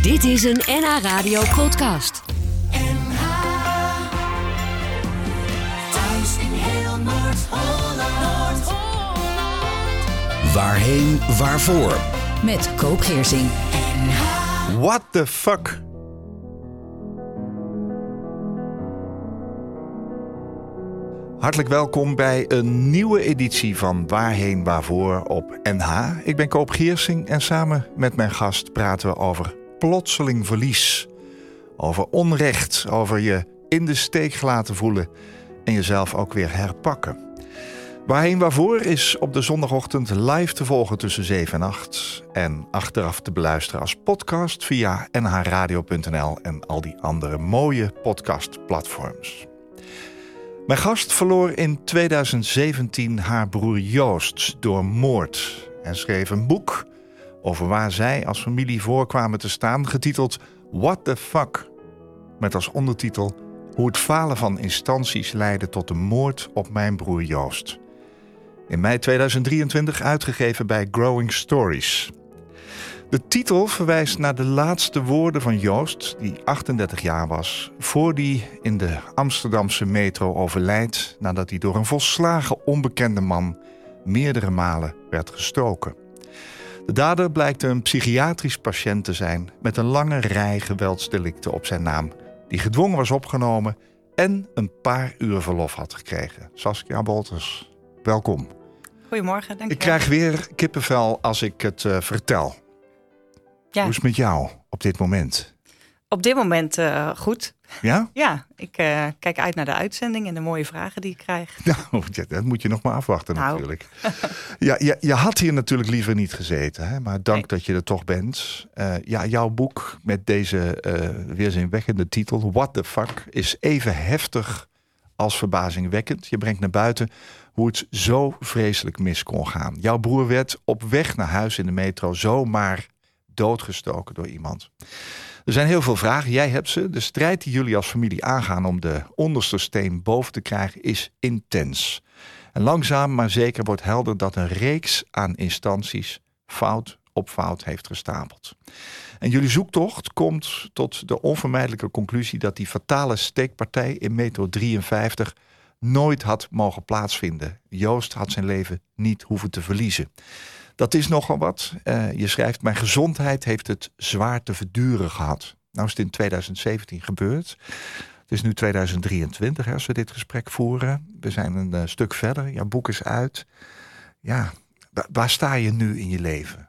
Dit is een NH Radio podcast. NH, thuis in heel Noord-Holland. Waarheen, waarvoor? Met Koop Geersing. What the fuck? Hartelijk welkom bij een nieuwe editie van Waarheen, waarvoor op NH. Ik ben Koop Geersing en samen met mijn gast praten we over plotseling verlies. Over onrecht, over je in de steek gelaten voelen en jezelf ook weer herpakken. Waarheen, waarvoor is op de zondagochtend live te volgen tussen 7 en 8. En achteraf te beluisteren als podcast via nhradio.nl en al die andere mooie podcastplatforms. Mijn gast verloor in 2017 haar broer Joost door moord en schreef een boek over waar zij als familie voor kwamen te staan, getiteld What the Fuck, met als ondertitel hoe het falen van instanties leidde tot de moord op mijn broer Joost. In mei 2023 uitgegeven bij Growing Stories. De titel verwijst naar de laatste woorden van Joost, die 38 jaar was, voor hij in de Amsterdamse metro overlijdt nadat hij door een volslagen onbekende man meerdere malen werd gestoken. De dader blijkt een psychiatrisch patiënt te zijn met een lange rij geweldsdelicten op zijn naam, die gedwongen was opgenomen en een paar uur verlof had gekregen. Saskia Bolters, welkom. Goedemorgen, dank je. Ik krijg weer kippenvel als ik het vertel. Ja. Hoe is het met jou op dit moment? Op dit moment goed. Ja? Ja, ik kijk uit naar de uitzending en de mooie vragen die ik krijg. Nou, dat moet je nog maar afwachten natuurlijk. Ja, je had hier natuurlijk liever niet gezeten, hè? Maar dank dat je er toch bent. Jouw boek met deze weerzinwekkende titel, What the Fuck, is even heftig als verbazingwekkend. Je brengt naar buiten hoe het zo vreselijk mis kon gaan. Jouw broer werd op weg naar huis in de metro zomaar doodgestoken door iemand. Er zijn heel veel vragen, jij hebt ze. De strijd die jullie als familie aangaan om de onderste steen boven te krijgen is intens. En langzaam maar zeker wordt helder dat een reeks aan instanties fout op fout heeft gestapeld. En jullie zoektocht komt tot de onvermijdelijke conclusie dat die fatale steekpartij in metro 53 nooit had mogen plaatsvinden. Joost had zijn leven niet hoeven te verliezen. Dat is nogal wat. Je schrijft, mijn gezondheid heeft het zwaar te verduren gehad. Nou is het in 2017 gebeurd. Het is nu 2023 als we dit gesprek voeren. We zijn een stuk verder. Jouw boek is uit. Ja, waar sta je nu in je leven?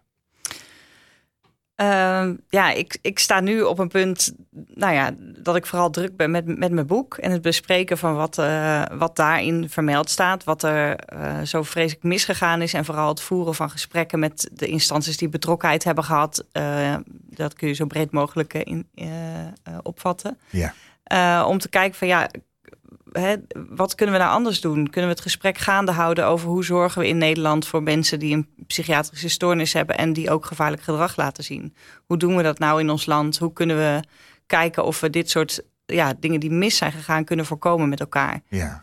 Ik sta nu op een punt dat ik vooral druk ben met mijn boek en het bespreken van wat daarin vermeld staat, wat er zo vreselijk misgegaan is en vooral het voeren van gesprekken met de instanties die betrokkenheid hebben gehad. Dat kun je zo breed mogelijk opvatten. Ja. Om te kijken van wat kunnen we nou anders doen? Kunnen we het gesprek gaande houden over hoe zorgen we in Nederland voor mensen die een psychiatrische stoornis hebben en die ook gevaarlijk gedrag laten zien? Hoe doen we dat nou in ons land? Hoe kunnen we kijken of we dit soort dingen die mis zijn gegaan kunnen voorkomen met elkaar? Ja.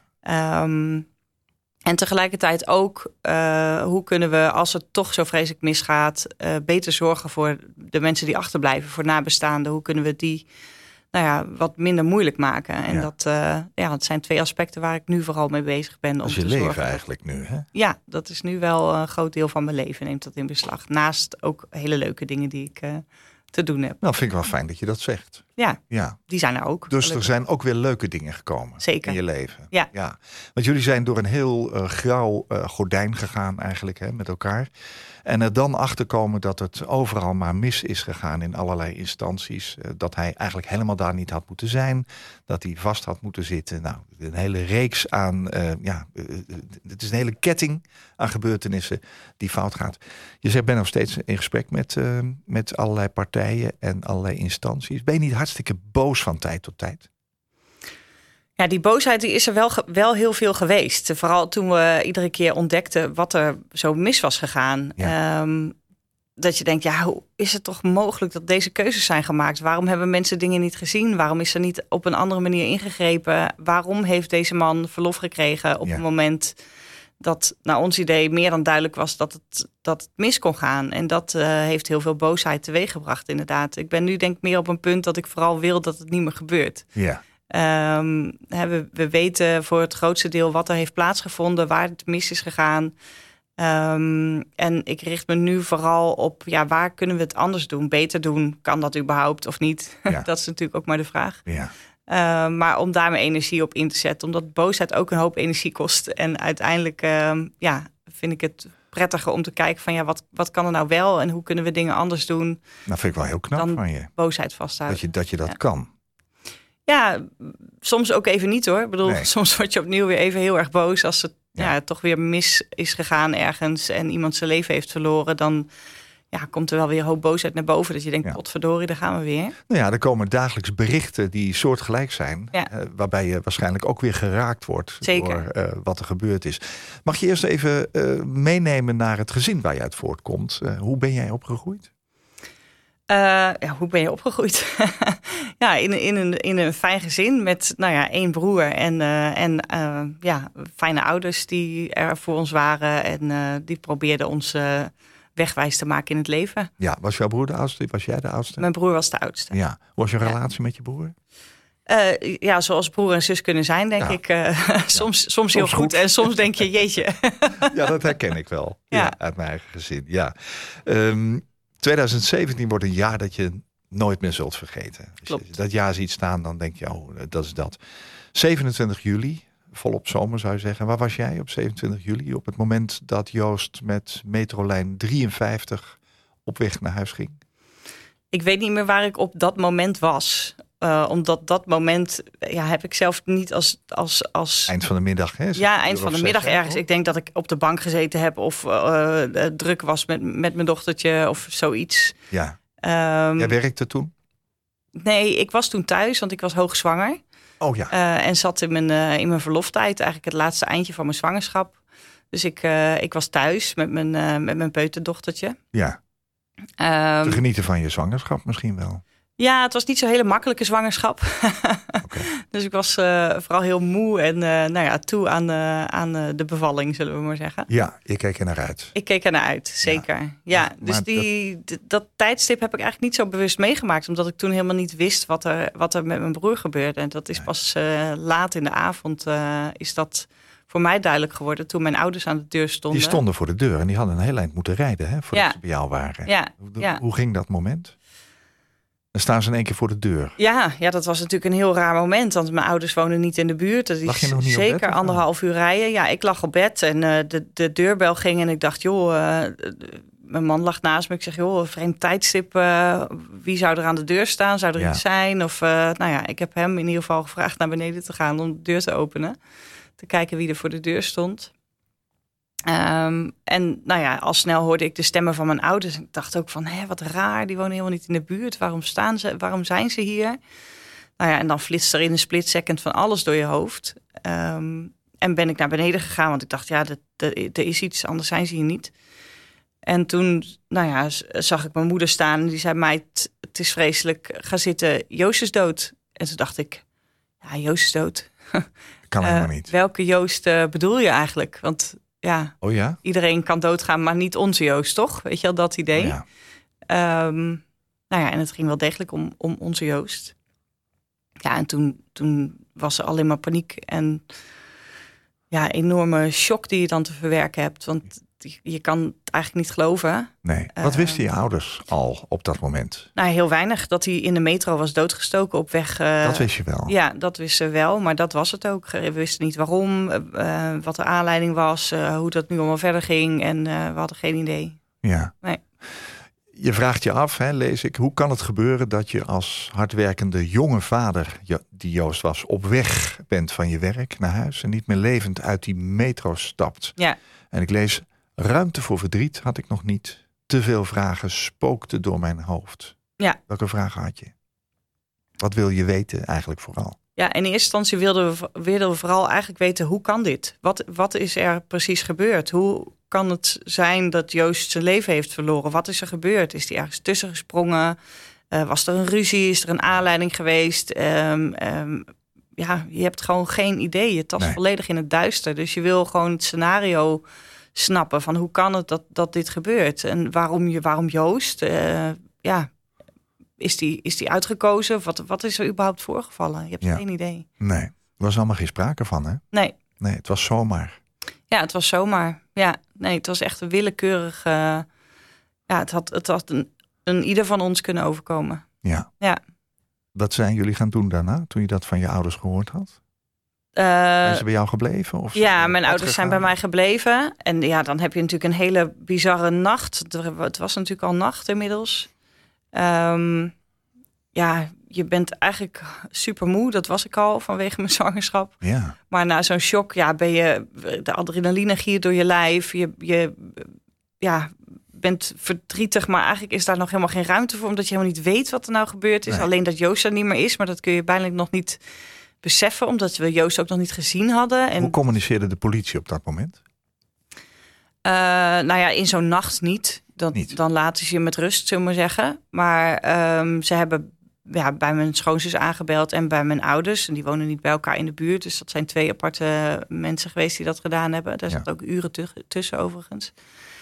En tegelijkertijd ook, hoe kunnen we, als het toch zo vreselijk misgaat, beter zorgen voor de mensen die achterblijven, voor nabestaanden? Hoe kunnen we die wat minder moeilijk maken? En dat zijn 2 aspecten waar ik nu vooral mee bezig ben. Dat is je leven eigenlijk nu, hè? Ja, dat is nu wel een groot deel van mijn leven, neemt dat in beslag. Naast ook hele leuke dingen die ik te doen heb. Nou, vind ik wel fijn dat je dat zegt. Ja. Die zijn er ook. Dus gelukkig. Er zijn ook weer leuke dingen gekomen. Zeker. In je leven. Ja. Want jullie zijn door een heel grauw gordijn gegaan eigenlijk, hè, met elkaar. En er dan achter komen dat het overal maar mis is gegaan in allerlei instanties. Dat hij eigenlijk helemaal daar niet had moeten zijn. Dat hij vast had moeten zitten. Nou, een hele reeks aan, het is een hele ketting aan gebeurtenissen die fout gaat. Je zegt, ben nog steeds in gesprek met allerlei partijen en allerlei instanties. Ben je niet hartstikke boos van tijd tot tijd? Ja, die boosheid die is er wel heel veel geweest. Vooral toen we iedere keer ontdekten wat er zo mis was gegaan. Ja. Dat je denkt, hoe is het toch mogelijk dat deze keuzes zijn gemaakt? Waarom hebben mensen dingen niet gezien? Waarom is er niet op een andere manier ingegrepen? Waarom heeft deze man verlof gekregen op een moment dat naar ons idee meer dan duidelijk was dat het mis kon gaan. En dat heeft heel veel boosheid teweeggebracht, inderdaad. Ik ben nu denk ik meer op een punt dat ik vooral wil dat het niet meer gebeurt. Ja. We weten voor het grootste deel wat er heeft plaatsgevonden, waar het mis is gegaan. En ik richt me nu vooral op, waar kunnen we het anders doen, beter doen? Kan dat überhaupt of niet? Ja. Dat is natuurlijk ook maar de vraag. Ja. Maar om daar mijn energie op in te zetten, omdat boosheid ook een hoop energie kost. En uiteindelijk vind ik het prettiger om te kijken van wat kan er nou wel en hoe kunnen we dingen anders doen? Nou, vind ik wel heel knap dan van je. Boosheid vasthouden. Dat je dat kan. Ja, soms ook even niet hoor. Ik bedoel, Nee. soms word je opnieuw weer even heel erg boos als het toch weer mis is gegaan ergens en iemand zijn leven heeft verloren. Dan komt er wel weer een hoop boosheid naar boven. Dat je denkt, potverdorie, daar gaan we weer. Nou ja, er komen dagelijks berichten die soortgelijk zijn. Ja. Waarbij je waarschijnlijk ook weer geraakt wordt. Zeker. Door wat er gebeurd is. Mag je eerst even meenemen naar het gezin waar je uit voortkomt? Hoe ben jij opgegroeid? Hoe ben je opgegroeid? In een fijn gezin met 1 broer en fijne ouders die er voor ons waren. En die probeerden ons wegwijs te maken in het leven. Ja, was jouw broer de oudste? Was jij de oudste? Mijn broer was de oudste. Ja. Hoe was je relatie met je broer? Zoals broer en zus kunnen zijn, denk ik. Soms heel goed. En soms denk je, jeetje. Ja, dat herken ik wel. Ja. Uit mijn eigen gezin. Ja. 2017 wordt een jaar dat je nooit meer zult vergeten. Als Klopt. je dat jaar ziet staan, dan denk je, dat is dat. 27 juli, volop zomer zou je zeggen. Waar was jij op 27 juli? Op het moment dat Joost met metrolijn 53 op weg naar huis ging? Ik weet niet meer waar ik op dat moment was. Omdat dat moment heb ik zelf niet als Eind van de middag, hè? eind van de middag ergens. Ik denk dat ik op de bank gezeten heb of druk was met mijn dochtertje of zoiets. Ja. Jij werkte toen? Nee, ik was toen thuis, want ik was hoogzwanger. Oh ja. En zat in mijn verloftijd, eigenlijk het laatste eindje van mijn zwangerschap. Dus ik was thuis met mijn peuterdochtertje. Ja. Te genieten van je zwangerschap misschien wel. Ja, het was niet zo'n hele makkelijke zwangerschap. Okay. Dus ik was vooral heel moe en toe aan de bevalling, zullen we maar zeggen. Ja, je keek er naar uit. Ik keek er naar uit, zeker. Ja, dus dat tijdstip heb ik eigenlijk niet zo bewust meegemaakt. Omdat ik toen helemaal niet wist wat er met mijn broer gebeurde. En dat is pas laat in de avond is dat voor mij duidelijk geworden toen mijn ouders aan de deur stonden. Die stonden voor de deur en die hadden een heel eind moeten rijden, hè, voordat ze bij jou waren. Ja. Hoe ging dat moment? Dan staan ze in één keer voor de deur. Ja, dat was natuurlijk een heel raar moment. Want mijn ouders wonen niet in de buurt. Dat Lag je is nog niet op zeker bed, of 1,5 uur rijden. Ja, ik lag op bed en de deurbel ging. En ik dacht, mijn man lag naast me. Ik zeg, vreemd tijdstip. Wie zou er aan de deur staan? Zou er iets zijn? Of ik heb hem in ieder geval gevraagd naar beneden te gaan om de deur te openen. Te kijken wie er voor de deur stond. Al snel hoorde ik de stemmen van mijn ouders. Ik dacht ook van, wat raar, die wonen helemaal niet in de buurt. Waarom zijn ze hier? En dan flitst er in een split second van alles door je hoofd. En ben ik naar beneden gegaan, want ik dacht, er is iets, anders zijn ze hier niet. En toen, zag ik mijn moeder staan en die zei, meid, het is vreselijk, ga zitten, Joost is dood. En toen dacht ik, Joost is dood. Kan helemaal niet. Welke Joost bedoel je eigenlijk? Want iedereen kan doodgaan, maar niet onze Joost, toch? Weet je wel, dat idee. Oh ja. En het ging wel degelijk om onze Joost. Ja, en toen was er alleen maar paniek en enorme shock die je dan te verwerken hebt. Want je kan het eigenlijk niet geloven. Nee. Wat wisten je ouders al op dat moment? Heel weinig. Dat hij in de metro was doodgestoken op weg. Dat wist je wel? Ja, dat wisten we wel. Maar dat was het ook. We wisten niet waarom, wat de aanleiding was, hoe dat nu allemaal verder ging. En we hadden geen idee. Ja. Nee. Je vraagt je af, lees ik, hoe kan het gebeuren dat je als hardwerkende jonge vader, die Joost was, op weg bent van je werk naar huis en niet meer levend uit die metro stapt? Ja. En ik lees, ruimte voor verdriet had ik nog niet. Te veel vragen spookten door mijn hoofd. Ja. Welke vragen had je? Wat wil je weten eigenlijk vooral? Ja, in eerste instantie wilden we vooral eigenlijk weten, hoe kan dit? Wat is er precies gebeurd? Hoe kan het zijn dat Joost zijn leven heeft verloren? Wat is er gebeurd? Is hij ergens tussen gesprongen? Was er een ruzie? Is er een aanleiding geweest? je hebt gewoon geen idee. Je tast volledig in het duister. Dus je wil gewoon het scenario snappen van hoe kan het dat dit gebeurt? En waarom Joost? Is die uitgekozen? Wat is er überhaupt voorgevallen? Je hebt geen idee. Nee, er was allemaal geen sprake van, hè? Nee, het was zomaar. Ja, het was zomaar. Ja, nee, het was echt een willekeurig... het had een ieder van ons kunnen overkomen. Ja. Wat zijn jullie gaan doen daarna, toen je dat van je ouders gehoord had? Zijn ze bij jou gebleven? Of mijn ouders zijn bij mij gebleven. En dan heb je natuurlijk een hele bizarre nacht. Het was natuurlijk al nacht inmiddels. Je bent eigenlijk super moe. Dat was ik al vanwege mijn zwangerschap. Ja. Maar na zo'n shock ben je... De adrenaline giert door je lijf. Je bent verdrietig, maar eigenlijk is daar nog helemaal geen ruimte voor, omdat je helemaal niet weet wat er nou gebeurd is. Nee. Alleen dat Joost er niet meer is, maar dat kun je bijna nog niet beseffen, omdat we Joost ook nog niet gezien hadden. En... Hoe communiceerde de politie op dat moment? In zo'n nacht niet. Dan laten ze je met rust, zullen we maar zeggen. Maar ze hebben bij mijn schoonzus aangebeld en bij mijn ouders. En die wonen niet bij elkaar in de buurt. Dus dat zijn 2 aparte mensen geweest die dat gedaan hebben. Daar zat ook uren tussen overigens.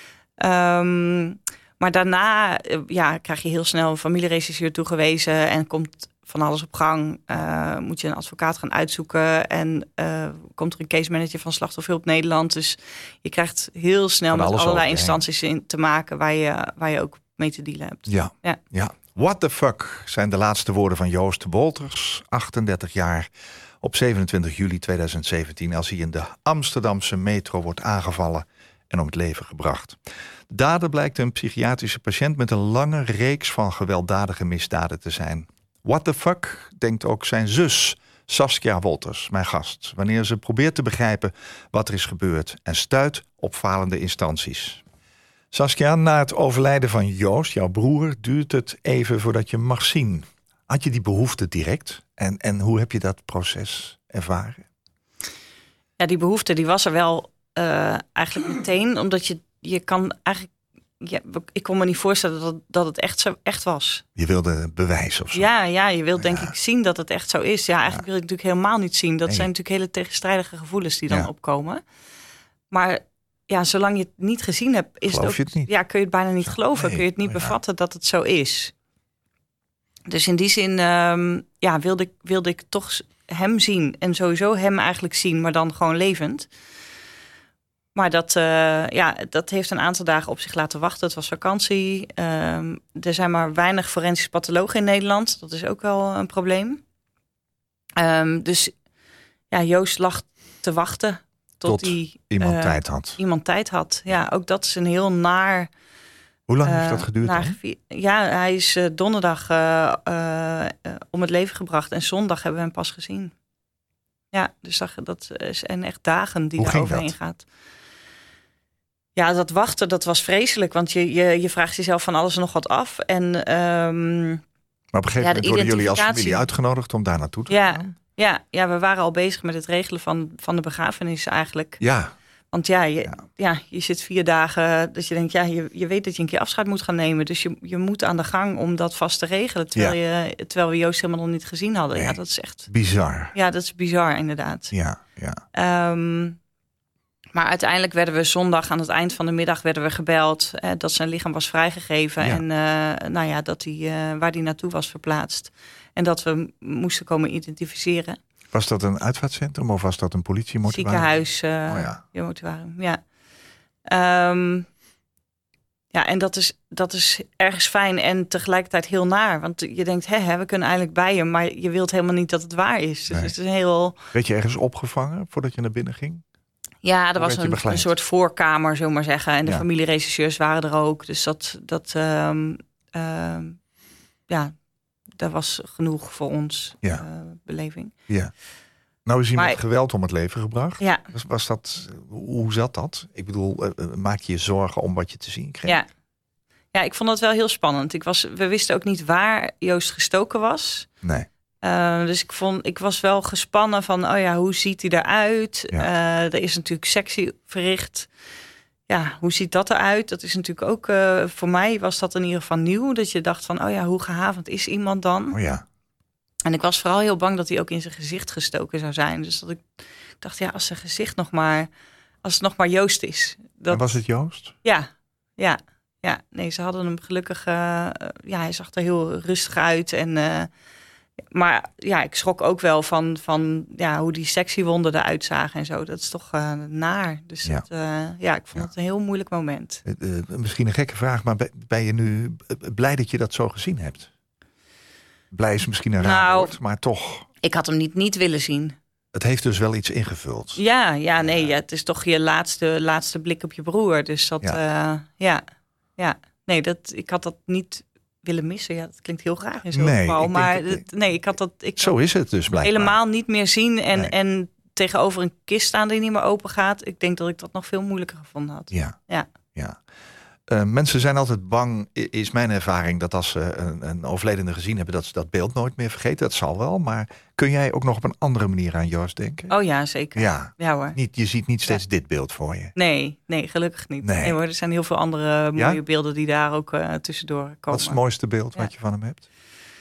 Maar daarna krijg je heel snel een familieregisseur toegewezen en komt van alles op gang. Moet je een advocaat gaan uitzoeken en komt er een case manager van Slachtofferhulp Nederland. Dus je krijgt heel snel met allerlei instanties in te maken waar je ook mee te dealen hebt. Ja. What the fuck zijn de laatste woorden van Joost Wolters, 38 jaar, op 27 juli 2017... als hij in de Amsterdamse metro wordt aangevallen en om het leven gebracht. De dader blijkt een psychiatrische patiënt met een lange reeks van gewelddadige misdaden te zijn. What the fuck, denkt ook zijn zus Saskia Wolters, mijn gast, wanneer ze probeert te begrijpen wat er is gebeurd en stuit op falende instanties. Saskia, na het overlijden van Joost, jouw broer, duurt het even voordat je mag zien. Had je die behoefte direct? En hoe heb je dat proces ervaren? Ja, die behoefte die was er wel eigenlijk meteen, omdat je kan eigenlijk... ik kon me niet voorstellen dat het echt was. Je wilde bewijs of zo? Ja, je wilt denk ik zien dat het echt zo is. Ja, eigenlijk wil ik natuurlijk helemaal niet zien. Dat zijn natuurlijk hele tegenstrijdige gevoelens die dan opkomen. Maar zolang je het niet gezien hebt, is Geloof het ook, je het niet? kun je het bijna niet geloven. Kun je het niet bevatten dat het zo is. Dus in die zin wilde ik toch hem zien. En sowieso hem eigenlijk zien, maar dan gewoon levend. Maar dat heeft een aantal dagen op zich laten wachten. Het was vakantie. Er zijn maar weinig forensisch pathologen in Nederland. Dat is ook wel een probleem. Dus Joost lag te wachten tot iemand tijd had. Ja, ook dat is een heel naar... Hoe lang heeft dat geduurd dan? Hij is donderdag om het leven gebracht. En zondag hebben we hem pas gezien. Ja, dus dat zijn echt dagen die er overheen gaat. Ja, dat wachten, dat was vreselijk. Want je vraagt jezelf van alles en nog wat af. En, maar op een gegeven moment worden jullie als familie uitgenodigd om daar naartoe te gaan? Ja, we waren al bezig met het regelen van de begrafenis eigenlijk. Ja. Want je zit 4 dagen dat je denkt, je weet dat je een keer afscheid moet gaan nemen. Dus je moet aan de gang om dat vast te regelen. Terwijl we Joost helemaal nog niet gezien hadden. Nee, ja, dat is echt bizar. Ja, dat is bizar inderdaad. Ja. Maar uiteindelijk werden we zondag aan het eind van de middag gebeld dat zijn lichaam was vrijgegeven. Ja. En dat hij waar hij naartoe was verplaatst. En dat we moesten komen identificeren. Was dat een uitvaartcentrum of was dat een politiemortuarium? Ziekenhuis, mortuarium, ja. En dat is ergens fijn en tegelijkertijd heel naar. Want je denkt, we kunnen eigenlijk bij hem, maar je wilt helemaal niet dat het waar is. Dus het is een heel... Werd je ergens opgevangen voordat je naar binnen ging? Ja, er was een soort voorkamer, zullen we maar zeggen. En de familieregisseurs waren er ook. Dus dat was genoeg voor ons beleving. Ja. Nou is hij met geweld om het leven gebracht. Ja. Hoe zat dat? Ik bedoel, maak je zorgen om wat je te zien kreeg? Ja, ik vond dat wel heel spannend. We wisten ook niet waar Joost gestoken was. Nee. Dus ik was wel gespannen van, hoe ziet hij eruit? Ja. Er is natuurlijk sectie verricht. Ja, hoe ziet dat eruit? Dat is natuurlijk ook, voor mij was dat in ieder geval nieuw. Dat je dacht van, hoe gehavend is iemand dan? Oh ja. En ik was vooral heel bang dat hij ook in zijn gezicht gestoken zou zijn. Dus dat ik dacht, ja, als zijn gezicht als het nog maar Joost is. En was het Joost? Ja. Nee, ze hadden hem gelukkig... hij zag er heel rustig uit. Maar ja, ik schrok ook wel van hoe die sectiewonden eruit zagen en zo. Dat is toch naar. Dus ik vond het een heel moeilijk moment. Misschien een gekke vraag, maar ben je nu blij dat je dat zo gezien hebt? Blij is misschien een raar woord, maar toch... Ik had hem niet willen zien. Het heeft dus wel iets ingevuld. Ja, het is toch je laatste blik op je broer. Dus dat, nee, ik had dat niet willen missen. Ja, dat klinkt heel raar in zo'n geval. Maar ik had dat... Zo is het dus blijkbaar. Helemaal niet meer zien en tegenover een kist staan die niet meer open gaat. Ik denk dat ik dat nog veel moeilijker gevonden had. Ja. Mensen zijn altijd bang, is mijn ervaring, dat als ze een overledene gezien hebben, dat ze dat beeld nooit meer vergeten. Dat zal wel, maar kun jij ook nog op een andere manier aan Joost denken? Oh ja, zeker. Ja hoor. Je ziet niet steeds dit beeld voor je. Nee, gelukkig niet. Nee hoor, er zijn heel veel andere mooie beelden die daar ook tussendoor komen. Wat is het mooiste beeld wat je van hem hebt?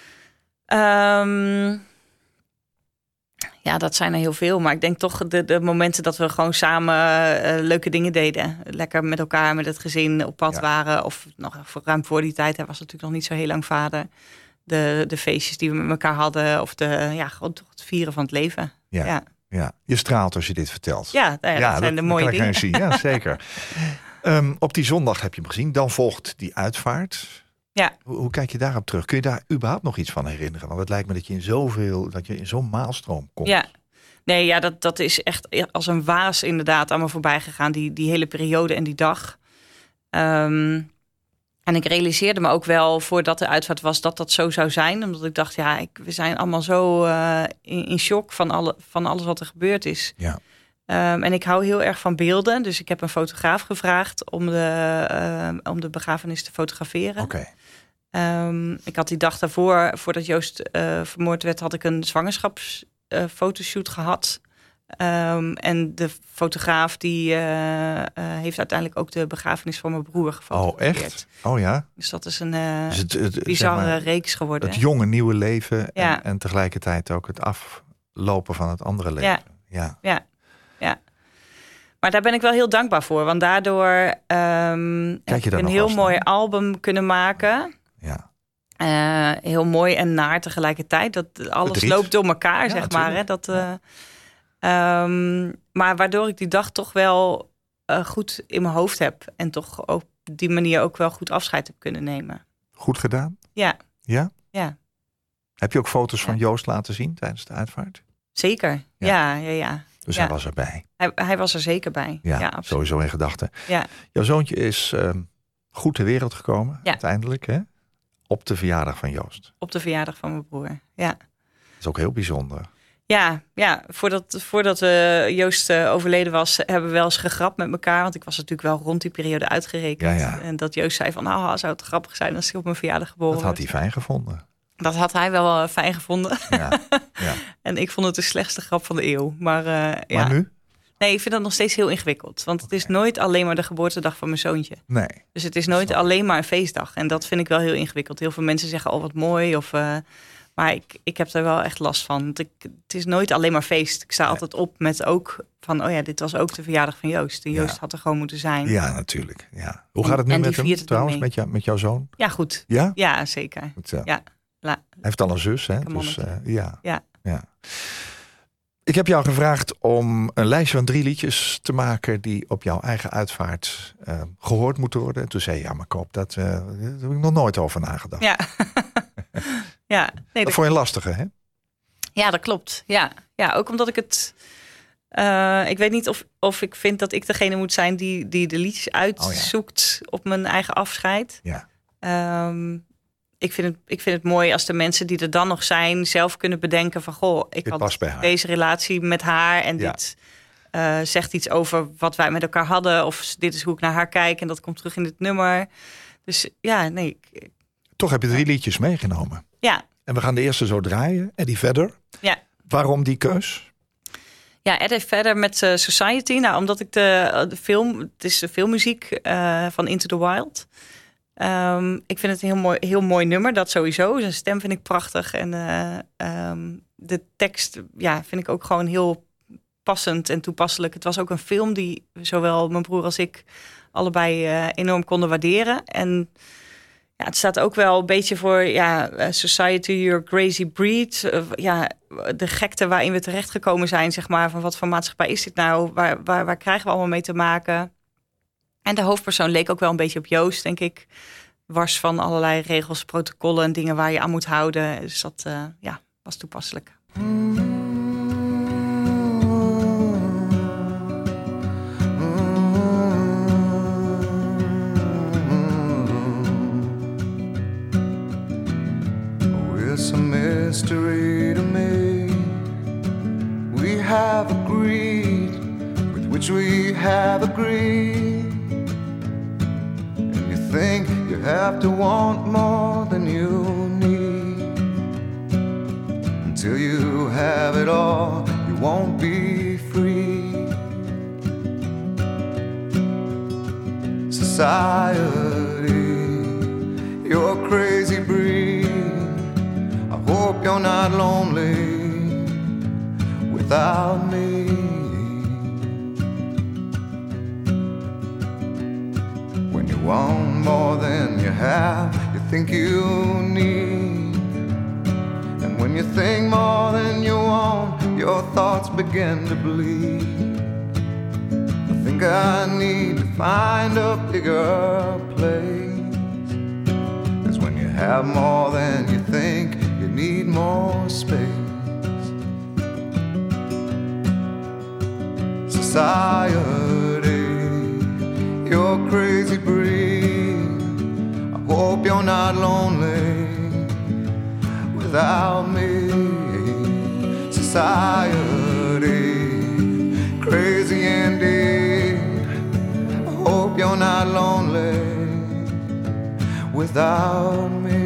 Ja, dat zijn er heel veel. Maar ik denk toch de momenten dat we gewoon samen leuke dingen deden. Lekker met elkaar, met het gezin op pad waren. Of nog ruim voor die tijd. Hij was natuurlijk nog niet zo heel lang vader. De feestjes die we met elkaar hadden. Of gewoon toch het vieren van het leven. Ja. Je straalt als je dit vertelt. Ja, dat zijn de mooie dingen. Zien. Ja, zeker. Op die zondag heb je hem gezien. Dan volgt die uitvaart. Ja. Hoe kijk je daarop terug? Kun je daar überhaupt nog iets van herinneren? Want het lijkt me dat je in zo'n maalstroom komt. Ja. Nee, dat is echt als een waas inderdaad aan me voorbij gegaan. Die hele periode en die dag. En ik realiseerde me ook wel voordat de uitvaart was dat zo zou zijn. Omdat ik dacht, we zijn allemaal zo in shock van alles wat er gebeurd is. Ja. En ik hou heel erg van beelden. Dus ik heb een fotograaf gevraagd om de begrafenis te fotograferen. Oké. Ik had die dag daarvoor, voordat Joost vermoord werd, had ik een zwangerschapsfotoshoot gehad. En de fotograaf die heeft uiteindelijk ook de begrafenis van mijn broer gefotografeerd. Oh, echt? Oh ja. Dus dat is een bizarre reeks geworden. Het jonge nieuwe leven en tegelijkertijd ook het aflopen van het andere leven. Ja. Maar daar ben ik wel heel dankbaar voor. Want daardoor heb ik een heel mooi album kunnen maken. Ja. Heel mooi en naar tegelijkertijd. Dat alles Verdriet. Loopt door elkaar, zeg maar. Hè? Maar waardoor ik die dag toch wel goed in mijn hoofd heb. En toch op die manier ook wel goed afscheid heb kunnen nemen. Goed gedaan? Ja. Ja? Ja. Heb je ook foto's van Joost laten zien tijdens de uitvaart? Zeker. Ja. Dus hij was erbij. Hij was er zeker bij. Ja, absoluut. Sowieso in gedachten. Ja. Jouw zoontje is goed ter wereld gekomen, uiteindelijk, hè? Op de verjaardag van Joost. Op de verjaardag van mijn broer, ja. Dat is ook heel bijzonder. Ja. Voordat Joost overleden was, hebben we wel eens gegrapt met elkaar. Want ik was natuurlijk wel rond die periode uitgerekend. Ja. En dat Joost zei van, zou het grappig zijn als hij op mijn verjaardag geboren Dat had hij fijn gevonden. Dat had hij wel fijn gevonden. Ja. En ik vond het de slechtste grap van de eeuw. Maar nu? Nee, ik vind dat nog steeds heel ingewikkeld. Want het is nooit alleen maar de geboortedag van mijn zoontje. Nee. Dus het is nooit alleen maar een feestdag. En dat vind ik wel heel ingewikkeld. Heel veel mensen zeggen, wat mooi. Maar ik heb er wel echt last van. Want het is nooit alleen maar feest. Ik sta altijd op met ook van, dit was ook de verjaardag van Joost. En Joost had er gewoon moeten zijn. Ja, natuurlijk. Ja. Hoe gaat het nu met hem trouwens, met jouw zoon? Ja, goed. Ja? Ja, zeker. Goed zo. Ja. Hij heeft al een zus, hè? Dus, ja. Ik heb jou gevraagd om een lijstje van 3 liedjes te maken die op jouw eigen uitvaart gehoord moeten worden. En toen zei je, maar Koop, daar heb ik nog nooit over nagedacht. Ja. Nee, dat vond je lastige, hè? Ja, dat klopt. Ja, ook omdat ik het... ik weet niet of ik vind dat ik degene moet zijn die de liedjes uitzoekt op mijn eigen afscheid. Ja. Ik vind het mooi als de mensen die er dan nog zijn zelf kunnen bedenken van, goh, ik had deze relatie met haar en dit zegt iets over wat wij met elkaar hadden. Of dit is hoe ik naar haar kijk en dat komt terug in dit nummer. Dus Toch heb je 3 liedjes meegenomen. Ja. En we gaan de eerste zo draaien. Eddie Vedder. Ja. Waarom die keus? Ja, Eddie Vedder met Society. Nou, omdat ik de film, het is de filmmuziek van Into the Wild. Ik vind het een heel mooi nummer, dat sowieso. Zijn stem vind ik prachtig. En de tekst vind ik ook gewoon heel passend en toepasselijk. Het was ook een film die zowel mijn broer als ik allebei enorm konden waarderen. En het staat ook wel een beetje voor society, your crazy breed. De gekte waarin we terechtgekomen zijn, zeg maar. Van wat voor maatschappij is dit nou? Waar krijgen we allemaal mee te maken? En de hoofdpersoon leek ook wel een beetje op Joost, denk ik. Wars van allerlei regels, protocollen en dingen waar je aan moet houden. Dus dat was toepasselijk. It's a mystery to me. We have agreed with which we have agreed. And you think you have to want more than you need. Until you have it all, you won't be free. Society, you're crazy breed. Hope you're not lonely without me. When you want more than you have, you think you need. And when you think more than you want, your thoughts begin to bleed. I think I need to find a bigger place. 'Cause when you have more than you think, you need more space. Society, you're crazy breed. I hope you're not lonely without me. Society, crazy indeed. I hope you're not lonely without me.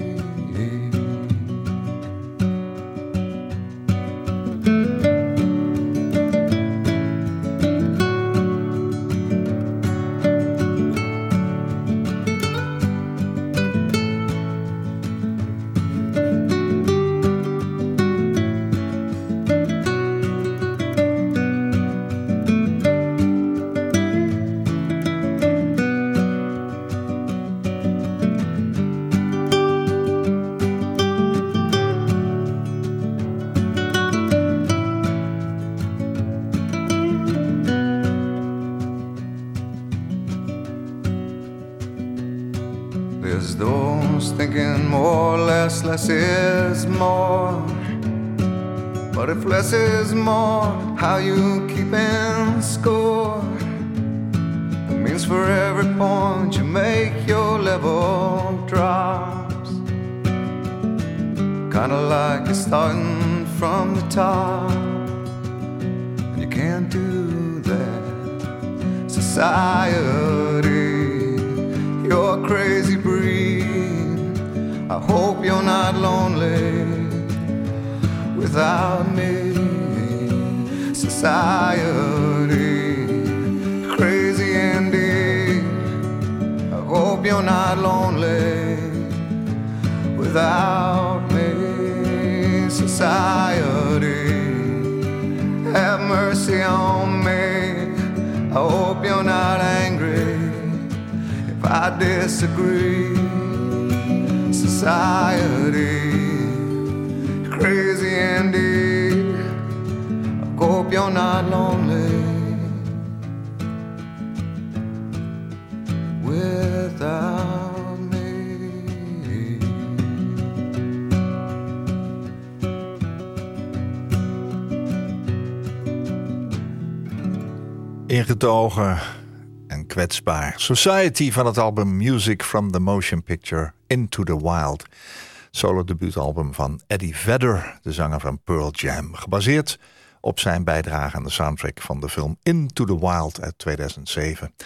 There's those thinking more, less is more. But if less is more, how you keeping score? It means for every point you make, your level drops. Kinda like you're starting from the top, and you can't do that. Society, you're a crazy breed. I hope you're not lonely without me. Society, crazy indeed. I hope you're not lonely without me. Society, have mercy on me. I hope you're not angry if I disagree. Society, crazy indeed. I hope you're not lonely without me. Ingetogen en kwetsbaar. Society van het album Music from the Motion Picture Into the Wild. Solo debuutalbum van Eddie Vedder, de zanger van Pearl Jam. Gebaseerd op zijn bijdrage aan de soundtrack van de film Into the Wild uit 2007.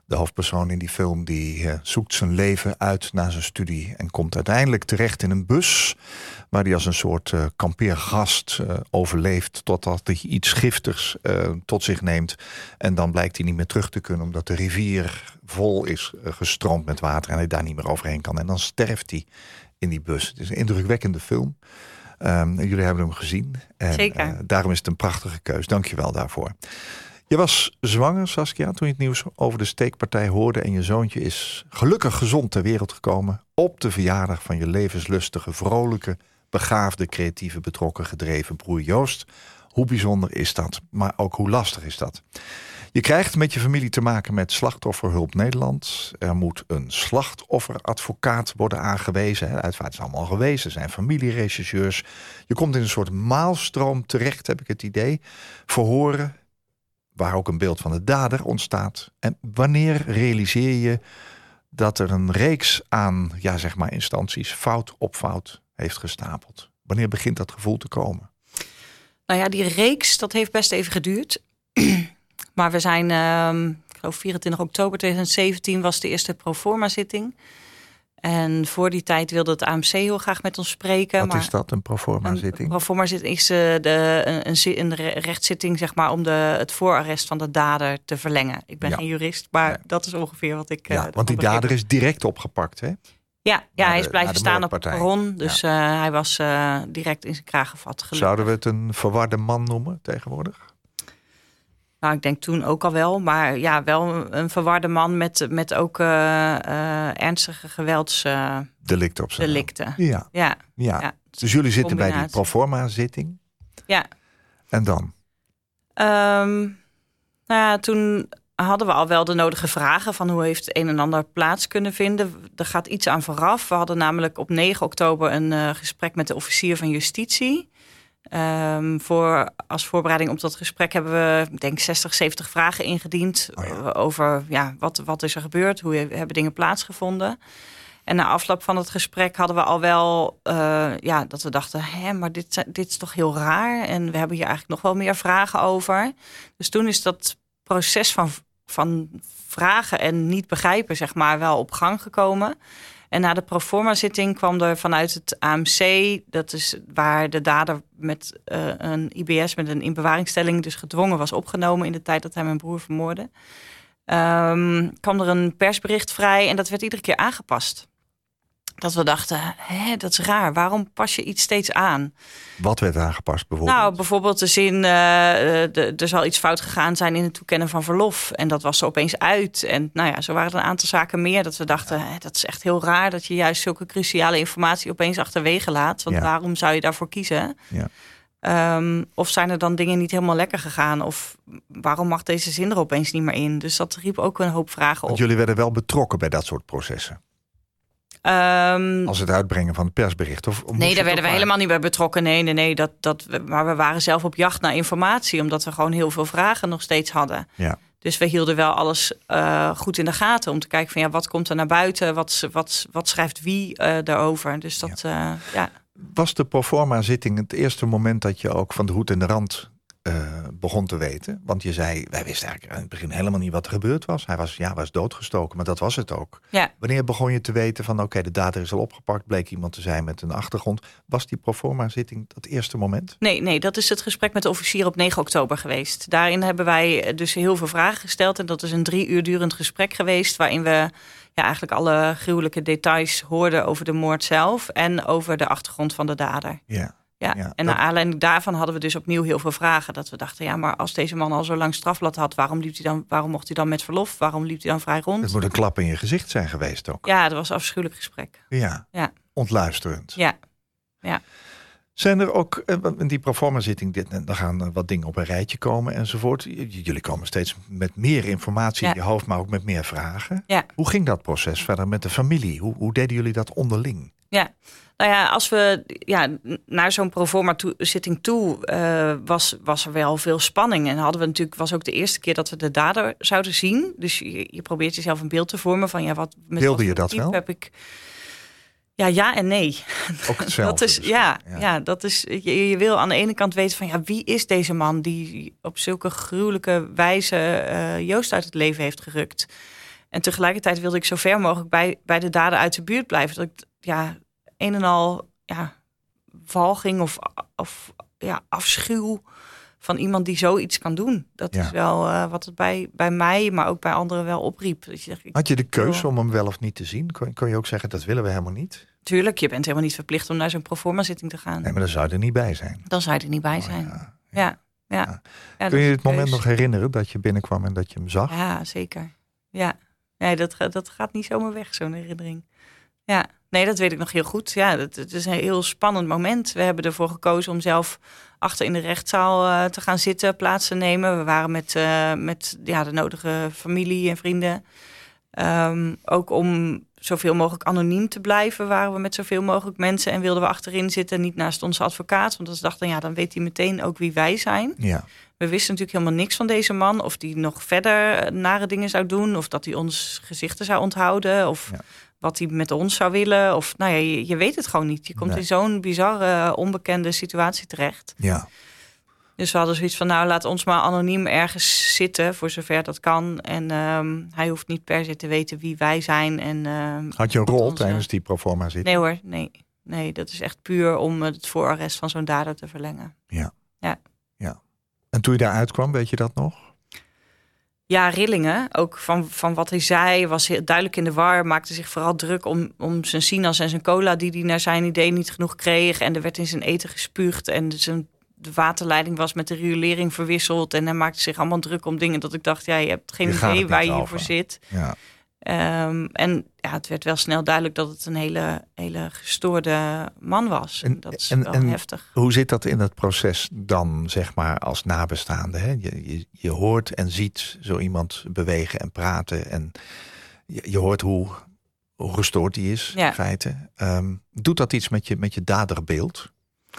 De hoofdpersoon in die film die zoekt zijn leven uit na zijn studie en komt uiteindelijk terecht in een bus waar hij als een soort kampeergast overleeft totdat hij iets giftigs tot zich neemt. En dan blijkt hij niet meer terug te kunnen omdat de rivier vol is gestroomd met water en hij daar niet meer overheen kan. En dan sterft hij in die bus. Het is een indrukwekkende film. Jullie hebben hem gezien. En, Zeker. Daarom is het een prachtige keus. Dank je wel daarvoor. Je was zwanger, Saskia, toen je het nieuws over de steekpartij hoorde. En je zoontje is gelukkig gezond ter wereld gekomen op de verjaardag van je levenslustige, vrolijke, begaafde, creatieve, betrokken, gedreven broer Joost. Hoe bijzonder is dat? Maar ook hoe lastig is dat? Je krijgt met je familie te maken met Slachtofferhulp Nederland. Er moet een slachtofferadvocaat worden aangewezen. De uitvaart is allemaal gewezen. Er zijn familierechercheurs. Je komt in een soort maalstroom terecht, heb ik het idee. Verhoren, waar ook een beeld van de dader ontstaat. En wanneer realiseer je dat er een reeks aan instanties fout op fout heeft gestapeld? Wanneer begint dat gevoel te komen? Nou ja, die reeks, dat heeft best even geduurd. Maar we zijn, ik geloof 24 oktober 2017 was de eerste proforma zitting. En voor die tijd wilde het AMC heel graag met ons spreken. Wat is dat, een proforma zitting? Een proforma zitting is een rechtszitting, zeg maar, om het voorarrest van de dader te verlengen. Ik ben geen jurist, maar dat is ongeveer wat ik... want die dader is direct opgepakt, hè? Ja, hij is blijven staan op het perron. Dus hij was direct in zijn kraag gevat. Gelukkig. Zouden we het een verwarde man noemen tegenwoordig? Nou, ik denk toen ook al wel. Maar ja, wel een verwarde man met ook ernstige geweldsdelicten op zijn delicten. Ja. Dus jullie zitten bij die proforma-zitting? Ja. En dan? Toen hadden we al wel de nodige vragen van hoe heeft het een en ander plaats kunnen vinden. Er gaat iets aan vooraf. We hadden namelijk op 9 oktober een gesprek met de officier van justitie. Als voorbereiding op dat gesprek hebben we, ik denk, 60, 70 vragen ingediend. Over wat is er gebeurd, hoe hebben dingen plaatsgevonden. En na afloop van het gesprek hadden we al wel dat we dachten, maar dit is toch heel raar. En we hebben hier eigenlijk nog wel meer vragen over. Dus toen is dat proces van vragen en niet begrijpen, zeg maar, wel op gang gekomen. En na de proforma-zitting kwam er vanuit het AMC, dat is waar de dader met een IBS, met een inbewaringstelling, dus gedwongen was opgenomen in de tijd dat hij mijn broer vermoordde. Kwam er een persbericht vrij en dat werd iedere keer aangepast. Dat we dachten, dat is raar. Waarom pas je iets steeds aan? Wat werd aangepast bijvoorbeeld? Nou, bijvoorbeeld de zin, er zal iets fout gegaan zijn in het toekennen van verlof. En dat was er opeens uit. En zo waren er een aantal zaken meer dat we dachten, dat is echt heel raar dat je juist zulke cruciale informatie opeens achterwege laat. Want waarom zou je daarvoor kiezen? Ja. Of zijn er dan dingen niet helemaal lekker gegaan? Of waarom mag deze zin er opeens niet meer in? Dus dat riep ook een hoop vragen op. Want jullie werden wel betrokken bij dat soort processen? Als het uitbrengen van het persbericht? Nee, daar werden we helemaal niet bij betrokken. Nee. Maar we waren zelf op jacht naar informatie, omdat we gewoon heel veel vragen nog steeds hadden. Ja. Dus we hielden wel alles goed in de gaten om te kijken van wat komt er naar buiten? Wat schrijft wie daarover? Dus dat, Was de proforma-zitting het eerste moment dat je ook van de hoed en de rand begon te weten? Want je zei, wij wisten eigenlijk in het begin helemaal niet wat er gebeurd was. Hij was doodgestoken, maar dat was het ook. Ja. Wanneer begon je te weten van oké, de dader is al opgepakt, bleek iemand te zijn met een achtergrond. Was die proforma-zitting dat eerste moment? Nee, dat is het gesprek met de officier op 9 oktober geweest. Daarin hebben wij dus heel veel vragen gesteld en dat is een 3 uur durend gesprek geweest waarin we eigenlijk alle gruwelijke details hoorden over de moord zelf en over de achtergrond van de dader. Ja. En naar aanleiding daarvan hadden we dus opnieuw heel veel vragen. Dat we dachten, maar als deze man al zo lang strafblad had, waarom mocht hij dan met verlof? Waarom liep hij dan vrij rond? Het moet een klap in je gezicht zijn geweest ook. Ja, dat was een afschuwelijk gesprek. Ja. Ontluisterend. Ja. Zijn er ook, in die proforma-zitting, dan gaan wat dingen op een rijtje komen enzovoort. Jullie komen steeds met meer informatie in je hoofd, maar ook met meer vragen. Ja. Hoe ging dat proces verder met de familie? Hoe deden jullie dat onderling? Ja. Als we naar zo'n proforma-zitting toe was er wel veel spanning. En was ook de eerste keer dat we de dader zouden zien. Dus je probeert jezelf een beeld te vormen van wilde je dat wel? Heb ik... Ja en nee. Ook hetzelfde. Dat is, je wil aan de ene kant weten van wie is deze man die op zulke gruwelijke wijze Joost uit het leven heeft gerukt. En tegelijkertijd wilde ik zo ver mogelijk bij de dader uit de buurt blijven. Dat ik een en al walging of afschuw van iemand die zoiets kan doen. Dat is wel wat het bij mij, maar ook bij anderen wel opriep. Dat je Had je de keuze om hem wel of niet te zien? Kon je ook zeggen, dat willen we helemaal niet? Tuurlijk, je bent helemaal niet verplicht om naar zo'n proforma zitting te gaan. Nee, maar dan zou je er niet bij zijn. Dan zou je er niet bij zijn. Ja. Kun je het moment nog herinneren dat je binnenkwam en dat je hem zag? Ja, zeker. Ja, nee, dat gaat niet zomaar weg, zo'n herinnering. Ja, nee, dat weet ik nog heel goed. Ja, het is een heel spannend moment. We hebben ervoor gekozen om zelf achter in de rechtszaal te gaan zitten, plaats te nemen. We waren met de nodige familie en vrienden. Ook om zoveel mogelijk anoniem te blijven, waren we met zoveel mogelijk mensen en wilden we achterin zitten, niet naast onze advocaat. Want we dachten, dan weet hij meteen ook wie wij zijn. Ja. We wisten natuurlijk helemaal niks van deze man. Of die nog verder nare dingen zou doen. Of dat hij ons gezichten zou onthouden. Of wat hij met ons zou willen. Of je weet het gewoon niet. Je komt in zo'n bizarre, onbekende situatie terecht. Ja. Dus we hadden zoiets van, laat ons maar anoniem ergens zitten, voor zover dat kan. En hij hoeft niet per se te weten wie wij zijn. En, had je een rol tijdens die proforma zitten? Nee hoor, nee, dat is echt puur om het voorarrest van zo'n dader te verlengen. Ja. En toen je daar uitkwam, weet je dat nog? Ja, rillingen. Ook van wat hij zei. Was heel duidelijk in de war. Maakte zich vooral druk om zijn sinaas en zijn cola, die hij naar zijn idee niet genoeg kreeg. En er werd in zijn eten gespuugd. En de waterleiding was met de riolering verwisseld. En hij maakte zich allemaal druk om dingen dat ik dacht, je hebt geen idee waar je hiervoor zit. Ja. En het werd wel snel duidelijk dat het een hele gestoorde man was. En dat is wel heftig. Hoe zit dat in het proces dan, zeg maar, als nabestaande? Hè? Je hoort en ziet zo iemand bewegen en praten. En je hoort hoe gestoord die is, in feite. Doet dat iets met je daderbeeld?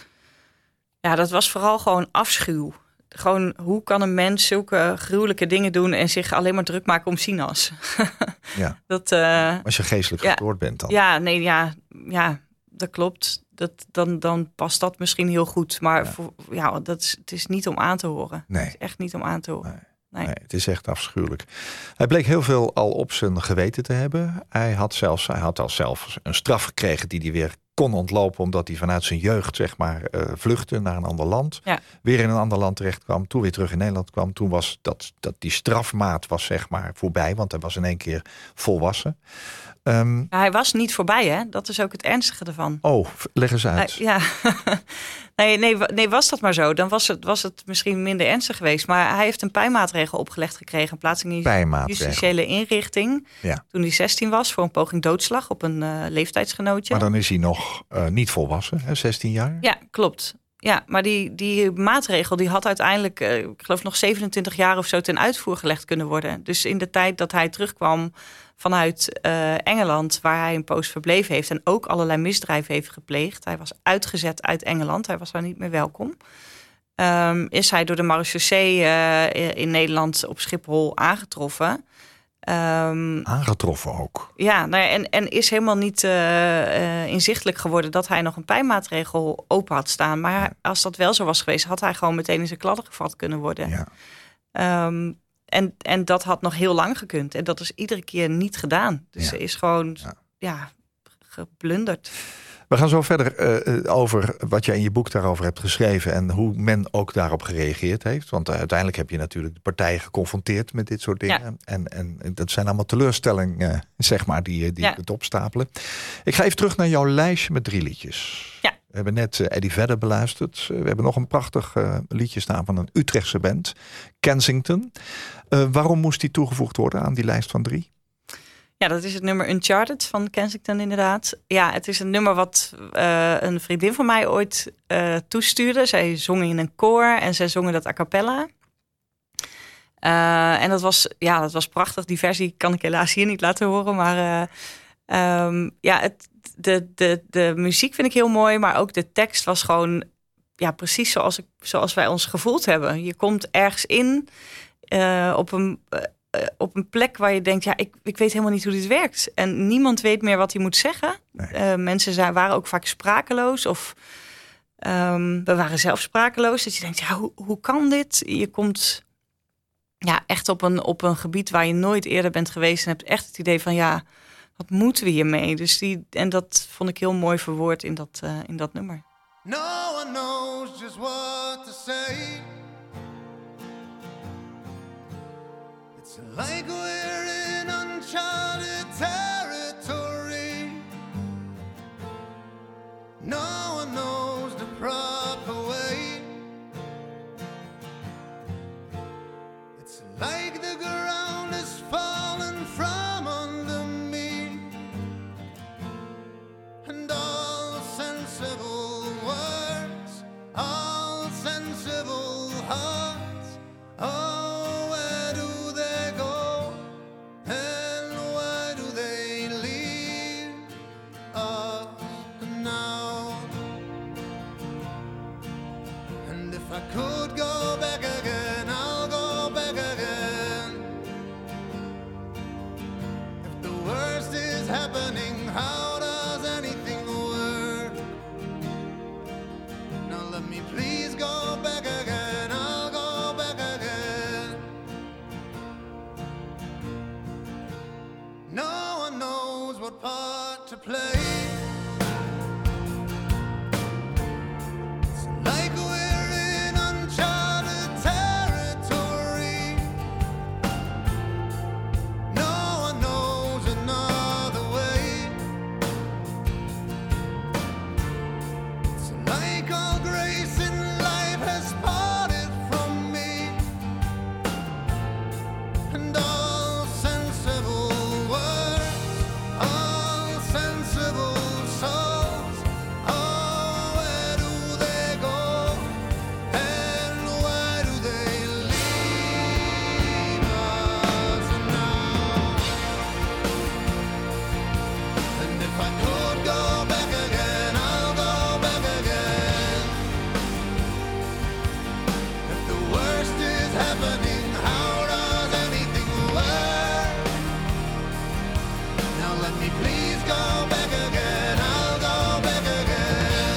Ja, dat was vooral gewoon afschuw. Gewoon, hoe kan een mens zulke gruwelijke dingen doen en zich alleen maar druk maken om sinaas? Als je geestelijk gestoord bent dan. Ja, dat klopt. Dan past dat misschien heel goed. Maar het is niet om aan te horen. Nee. Het is echt niet om aan te horen. Nee, het is echt afschuwelijk. Hij bleek heel veel al op zijn geweten te hebben. Hij had al zelf een straf gekregen die hij weer kon ontlopen, omdat hij vanuit zijn jeugd, zeg maar, vluchtte naar een ander land. Ja. Weer in een ander land terecht kwam. Toen weer terug in Nederland kwam. Toen was die strafmaat was, zeg maar, voorbij. Want hij was in één keer volwassen. Hij was niet voorbij, hè? Dat is ook het ernstige ervan. Oh, leg eens uit. Nee, was dat maar zo. Dan was het misschien minder ernstig geweest. Maar hij heeft een pijnmaatregel opgelegd gekregen. Een plaatsing in een justitiële inrichting. Ja. Toen hij 16 was voor een poging doodslag op een leeftijdsgenootje. Maar dan is hij nog niet volwassen, hè? 16 jaar? Ja, klopt. Ja, maar die maatregel die had uiteindelijk, ik geloof nog 27 jaar of zo ten uitvoer gelegd kunnen worden. Dus in de tijd dat hij terugkwam vanuit Engeland, waar hij een poos verbleven heeft en ook allerlei misdrijven heeft gepleegd. Hij was uitgezet uit Engeland, hij was daar niet meer welkom. Is hij door de marechaussee in Nederland op Schiphol aangetroffen. Aangetroffen ook? Ja, en is helemaal niet inzichtelijk geworden dat hij nog een pijnmaatregel open had staan. Maar als dat wel zo was geweest, had hij gewoon meteen in zijn kladden gevat kunnen worden. Ja. En dat had nog heel lang gekund. En dat is iedere keer niet gedaan. Dus ze is gewoon geblunderd. We gaan zo verder over wat jij in je boek daarover hebt geschreven en hoe men ook daarop gereageerd heeft. Want uiteindelijk heb je natuurlijk de partijen geconfronteerd met dit soort dingen. Ja. En dat zijn allemaal teleurstellingen, zeg maar, die het opstapelen. Ik ga even terug naar jouw lijstje met 3 liedjes. Ja. We hebben net Eddie Vedder beluisterd. We hebben nog een prachtig liedje staan van een Utrechtse band, Kensington. Waarom moest die toegevoegd worden aan die lijst van 3? Ja, dat is het nummer Uncharted van Kensington inderdaad. Ja, het is een nummer wat een vriendin van mij ooit toestuurde. Zij zongen in een koor en zij zongen dat a cappella. En dat was prachtig. Die versie kan ik helaas hier niet laten horen. Maar de muziek vind ik heel mooi. Maar ook de tekst was gewoon precies zoals wij ons gevoeld hebben. Je komt ergens in op een plek waar je denkt, ik weet helemaal niet hoe dit werkt. En niemand weet meer wat hij moet zeggen. Nee. Mensen waren ook vaak sprakeloos. Of we waren zelf sprakeloos. Dat je denkt, hoe kan dit? Je komt echt op een gebied waar je nooit eerder bent geweest. En hebt echt het idee van wat moeten we hiermee? Dus en dat vond ik heel mooi verwoord in dat nummer. No one knows just what to say. It's like we're in uncharted territory. No one knows the proper way. It's like the ground is falling from under me, and all sensible words, all sensible hearts, oh, where do they go, and why do they leave us now? And if I could go back again, I'll go back again. If the worst is happening, how does anything work? Now let me please go back again, I'll go back again. No one knows what part to play. It's like we're in uncharted territory. No one knows another way. It's like all grace in life has parted from me, and all sensible words, all sensible souls, oh, where do they go, and why do they leave us now? And if I could go back again, I'll go back again. If the worst is happening, how does anything work? Now let me please go back again, I'll go back again.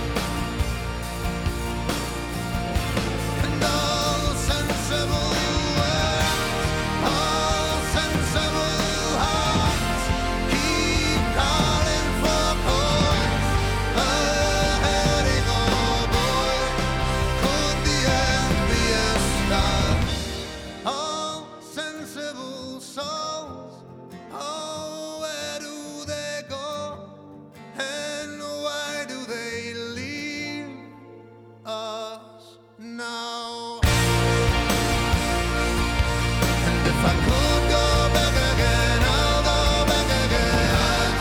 And all sensible words, all sensible hearts keep calling for chords. A heading, oh boy, could the end be a start? All sensible souls, oh, where do they go, and why do they leave us now? And if I could go back again, I'll go back again.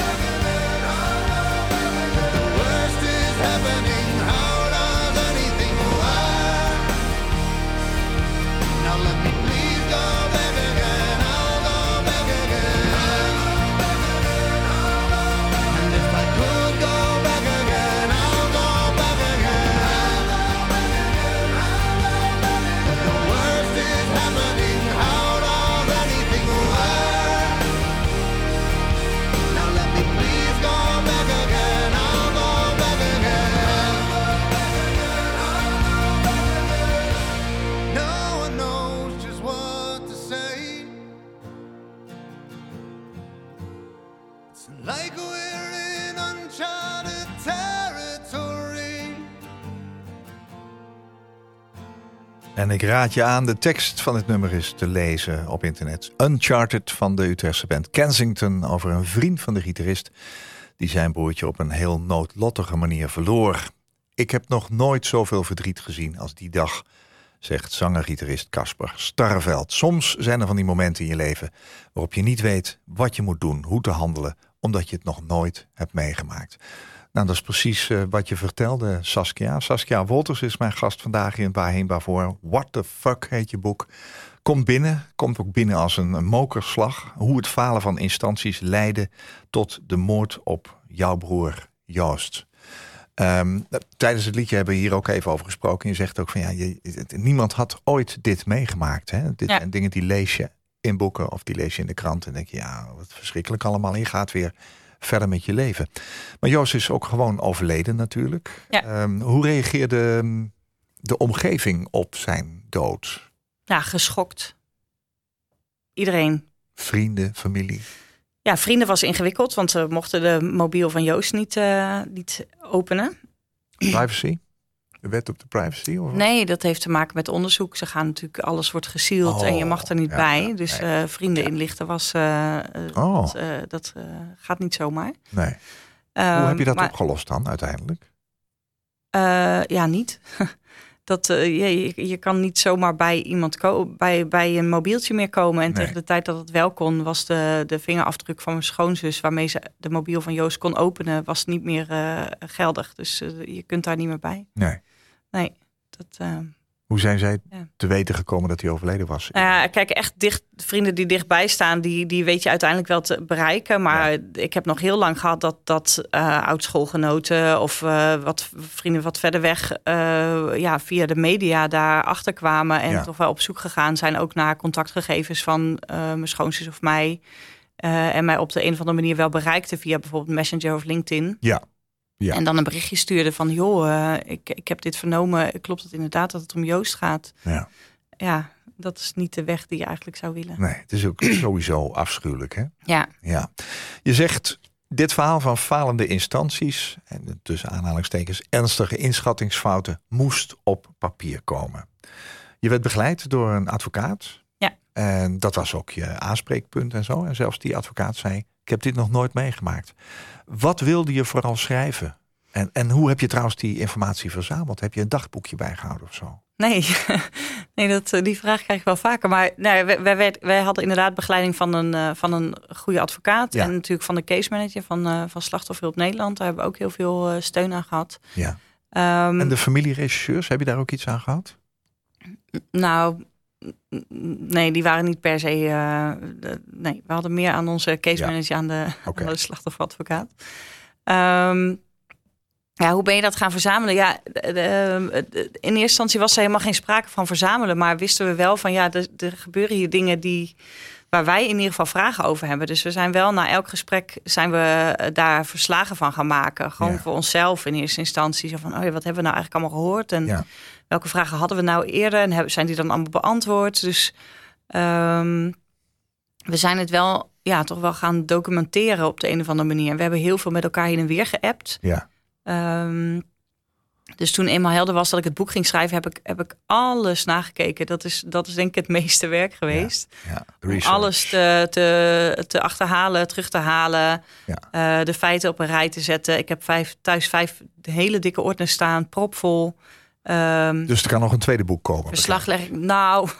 If the worst is happening, how does anything work? Now let me please go back again, I'll go back again. And if I could go back again, I'll go back again. If the worst is happening, how does anything work? Now let me please go back again, I'll go back again. No one knows just what to say. It's like we're in uncharted territory. En ik raad je aan, de tekst van het nummer is te lezen op internet. Uncharted van de Utrechtse band Kensington, over een vriend van de gitarist die zijn broertje op een heel noodlottige manier verloor. Ik heb nog nooit zoveel verdriet gezien als die dag, zegt zanger-gitarist Kasper Starreveld. Soms zijn er van die momenten in je leven waarop je niet weet wat je moet doen, hoe te handelen, omdat je het nog nooit hebt meegemaakt. Nou, dat is precies wat je vertelde, Saskia. Saskia Wolters is mijn gast vandaag in Waarheen Waarvoor. What the fuck heet je boek. Komt ook binnen als een mokerslag. Hoe het falen van instanties leidde tot de moord op jouw broer Joost. Tijdens het liedje hebben we hier ook even over gesproken. Je zegt ook van niemand had ooit dit meegemaakt. Hè? En dingen die lees je in boeken of die lees je in de krant. En denk je, wat verschrikkelijk allemaal. En je gaat weer verder met je leven. Maar Joost is ook gewoon overleden natuurlijk. Ja. Hoe reageerde de omgeving op zijn dood? Ja, geschokt. Iedereen. Vrienden, familie? Ja, vrienden was ingewikkeld, want ze mochten de mobiel van Joost niet openen. Privacy? De wet op de privacy? Of? Nee, dat heeft te maken met onderzoek. Ze gaan natuurlijk, alles wordt gesield en je mag er niet bij. Ja, dus vrienden inlichten was, dat gaat niet zomaar. Nee. Hoe heb je dat opgelost dan uiteindelijk? Ja, niet. Je kan niet zomaar bij iemand bij een mobieltje meer komen. En tegen de tijd dat het wel kon, was de vingerafdruk van mijn schoonzus, waarmee ze de mobiel van Joost kon openen, was niet meer geldig. Dus je kunt daar niet meer bij. Nee. Hoe zijn zij te weten gekomen dat hij overleden was? Kijk, echt vrienden die dichtbij staan, die weet je uiteindelijk wel te bereiken. Maar ik heb nog heel lang gehad dat oud-schoolgenoten of vrienden wat verder weg via de media daarachter kwamen. En toch wel op zoek gegaan zijn ook naar contactgegevens van mijn schoonzus of mij. En mij op de een of andere manier wel bereikte via bijvoorbeeld Messenger of LinkedIn. Ja. En dan een berichtje stuurde van, ik heb dit vernomen. Klopt het inderdaad dat het om Joost gaat? Ja, dat is niet de weg die je eigenlijk zou willen. Nee, het is ook sowieso afschuwelijk, hè? Ja. Je zegt, dit verhaal van falende instanties, en tussen aanhalingstekens ernstige inschattingsfouten, moest op papier komen. Je werd begeleid door een advocaat. Ja. En dat was ook je aanspreekpunt en zo. En zelfs die advocaat zei, ik heb dit nog nooit meegemaakt. Wat wilde je vooral schrijven? En hoe heb je trouwens die informatie verzameld? Heb je een dagboekje bijgehouden of zo? Nee, die vraag krijg ik wel vaker. Maar wij hadden inderdaad begeleiding van een goede advocaat. Ja. En natuurlijk van de case manager van Slachtofferhulp Nederland. Daar hebben we ook heel veel steun aan gehad. Ja. En de familieregisseurs, heb je daar ook iets aan gehad? Nou, nee, die waren niet per se. Nee, we hadden meer aan onze case manager, aan de slachtofferadvocaat. Hoe ben je dat gaan verzamelen? Ja, in eerste instantie was er helemaal geen sprake van verzamelen, maar wisten we wel van er gebeuren hier dingen waar wij in ieder geval vragen over hebben. Dus we zijn wel na elk gesprek daar verslagen van gaan maken. Gewoon voor onszelf in eerste instantie. Zo van, wat hebben we nou eigenlijk allemaal gehoord? En welke vragen hadden we nou eerder? En zijn die dan allemaal beantwoord? Dus we zijn het wel, toch wel gaan documenteren op de een of andere manier. We hebben heel veel met elkaar heen en weer geappt. Ja. Dus toen eenmaal helder was dat ik het boek ging schrijven, heb ik alles nagekeken. Dat is denk ik het meeste werk geweest. Om alles te achterhalen, terug te halen. Ja. De feiten op een rij te zetten. Ik heb thuis 5 hele dikke ordners staan, propvol. Dus er kan nog een tweede boek komen. Verslaglegging, nou,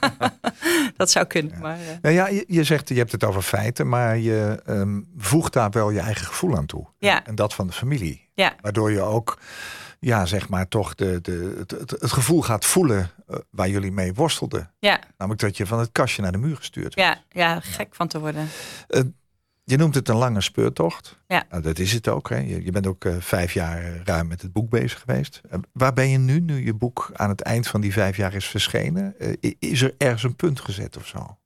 dat zou kunnen. Maar, je zegt, je hebt het over feiten, maar je voegt daar wel je eigen gevoel aan toe. Ja. En dat van de familie. Ja. Waardoor je ook, zeg maar, toch het gevoel gaat voelen waar jullie mee worstelden. Ja. Namelijk dat je van het kastje naar de muur gestuurd werd. Ja, gek van te worden. Je noemt het een lange speurtocht. Ja. Nou, dat is het ook. Hè. Je bent ook 5 jaar ruim met het boek bezig geweest. Waar ben je nu je boek aan het eind van die 5 jaar is verschenen? Is er ergens een punt gezet of zo?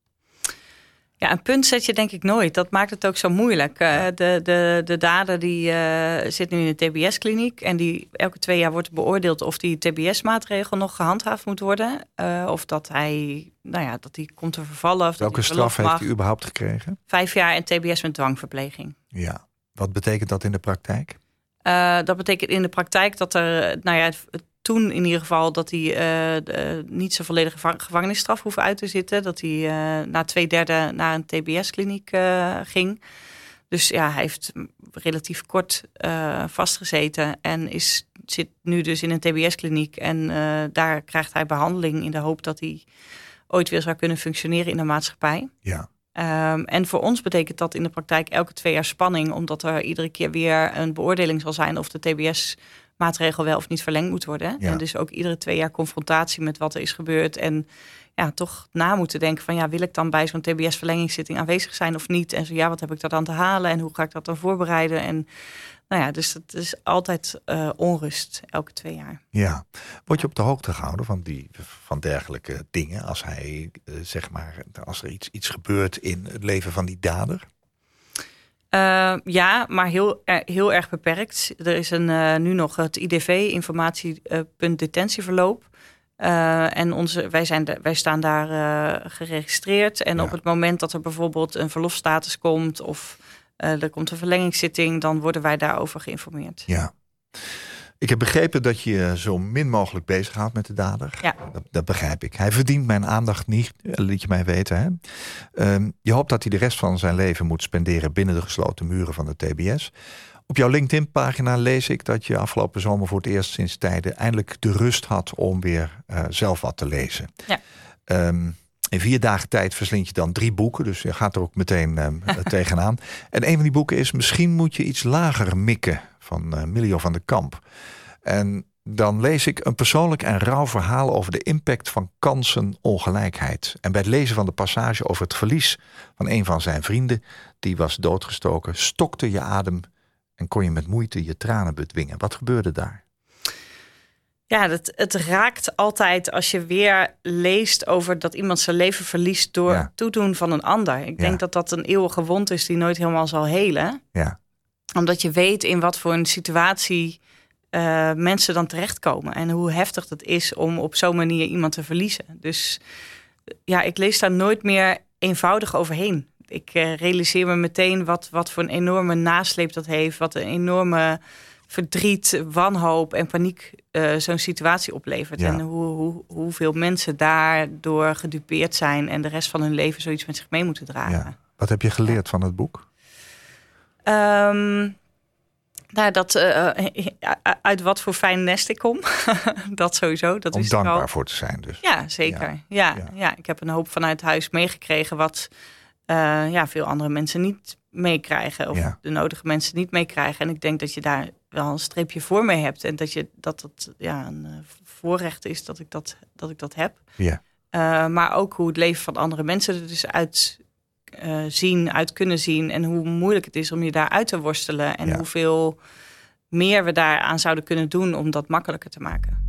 Ja, een punt zet je denk ik nooit. Dat maakt het ook zo moeilijk. De dader die zit nu in de TBS-kliniek. En die elke 2 jaar wordt beoordeeld of die TBS-maatregel nog gehandhaafd moet worden. Of dat hij, dat die komt te vervallen. Of welke straf heeft hij überhaupt gekregen? 5 jaar en TBS met dwangverpleging. Ja. Wat betekent dat in de praktijk? Dat betekent in de praktijk dat er, toen in ieder geval, dat hij niet zijn volledige gevangenisstraf hoeft uit te zitten. Dat hij na 2/3 naar een TBS-kliniek ging. Dus hij heeft relatief kort vastgezeten en zit nu dus in een TBS-kliniek. En daar krijgt hij behandeling in de hoop dat hij ooit weer zou kunnen functioneren in de maatschappij. Ja. En voor ons betekent dat in de praktijk elke 2 jaar spanning, omdat er iedere keer weer een beoordeling zal zijn of de TBS-maatregel wel of niet verlengd moet worden. Ja. En dus ook iedere 2 jaar confrontatie met wat er is gebeurd. En toch na moeten denken van wil ik dan bij zo'n TBS-verlengingszitting aanwezig zijn of niet? En zo wat heb ik daar dan te halen en hoe ga ik dat dan voorbereiden? En dus dat is altijd onrust elke 2 jaar. Ja. Word je op de hoogte gehouden van dergelijke dingen als als er iets gebeurt in het leven van die dader? Maar heel erg beperkt. Er is nu nog het IDV, informatiepunt detentieverloop. En wij staan daar geregistreerd. En op het moment dat er bijvoorbeeld een verlofstatus komt of er komt een verlengingszitting, dan worden wij daarover geïnformeerd. Ja. Ik heb begrepen dat je je zo min mogelijk bezighoudt met de dader. Ja. Dat begrijp ik. Hij verdient mijn aandacht niet, liet je mij weten. Hè? Je hoopt dat hij de rest van zijn leven moet spenderen binnen de gesloten muren van de TBS. Op jouw LinkedIn-pagina lees ik dat je afgelopen zomer voor het eerst sinds tijden eindelijk de rust had om weer zelf wat te lezen. Ja. In 4 dagen tijd verslind je dan 3 boeken. Dus je gaat er ook meteen tegenaan. En een van die boeken is Misschien moet je iets lager mikken van Miljo van den Kamp. En dan lees ik een persoonlijk en rauw verhaal over de impact van kansenongelijkheid. En bij het lezen van de passage over het verlies van een van zijn vrienden, die was doodgestoken, stokte je adem en kon je met moeite je tranen bedwingen. Wat gebeurde daar? Ja, het raakt altijd als je weer leest over dat iemand zijn leven verliest door het toedoen van een ander. Ik denk dat dat een eeuwige wond is die nooit helemaal zal helen. Ja. Omdat je weet in wat voor een situatie mensen dan terechtkomen. En hoe heftig het is om op zo'n manier iemand te verliezen. Dus ja, ik lees daar nooit meer eenvoudig overheen. Ik realiseer me meteen wat voor een enorme nasleep dat heeft. Wat een enorme verdriet, wanhoop en paniek zo'n situatie oplevert. Ja. En hoeveel mensen daardoor gedupeerd zijn en de rest van hun leven zoiets met zich mee moeten dragen. Ja. Wat heb je geleerd van het boek? Uit wat voor fijn nest ik kom. Dat sowieso. Dat om dankbaar voor te zijn dus. Ja, zeker. Ja, ik heb een hoop vanuit huis meegekregen wat veel andere mensen niet meekrijgen. Of de nodige mensen niet meekrijgen. En ik denk dat je daar wel een streepje voor mee hebt. En dat een voorrecht is dat ik dat heb. Ja. Maar ook hoe het leven van andere mensen er dus uit kunnen zien. En hoe moeilijk het is om je daar uit te worstelen. En hoeveel meer we daaraan zouden kunnen doen om dat makkelijker te maken.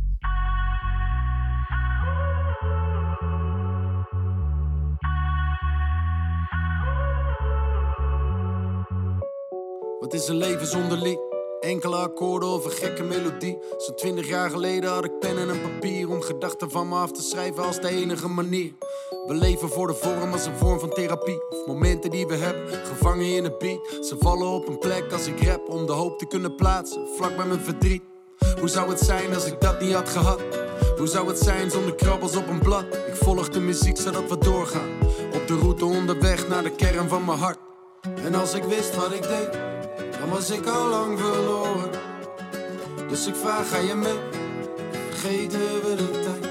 Wat is een leven zonder lied? Enkele akkoorden of een gekke melodie. Zo'n 20 jaar geleden had ik pen en een papier om gedachten van me af te schrijven als de enige manier. We leven voor de vorm als een vorm van therapie. Of momenten die we hebben, gevangen in een beat. Ze vallen op een plek als ik rap om de hoop te kunnen plaatsen, vlak bij mijn verdriet. Hoe zou het zijn als ik dat niet had gehad? Hoe zou het zijn zonder krabbels op een blad? Ik volg de muziek zodat we doorgaan, op de route onderweg naar de kern van mijn hart. En als ik wist wat ik deed, dan was ik al lang verloren. Dus ik vraag, ga je mee? Vergeten we de tijd?